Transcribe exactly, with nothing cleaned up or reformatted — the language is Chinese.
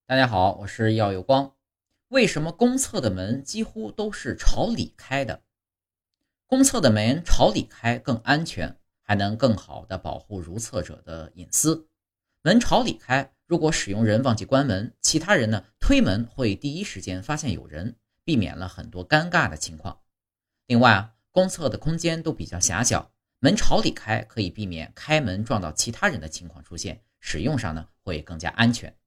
大家好，我是耀有光。为什么公厕的门几乎都是朝里开的？公厕的门朝里开更安全，还能更好地保护如厕者的隐私。门朝里开，如果使用人忘记关门，其他人呢推门会第一时间发现有人，避免了很多尴尬的情况。另外啊，公厕的空间都比较狭小，门朝里开可以避免开门撞到其他人的情况出现，使用上呢会更加安全。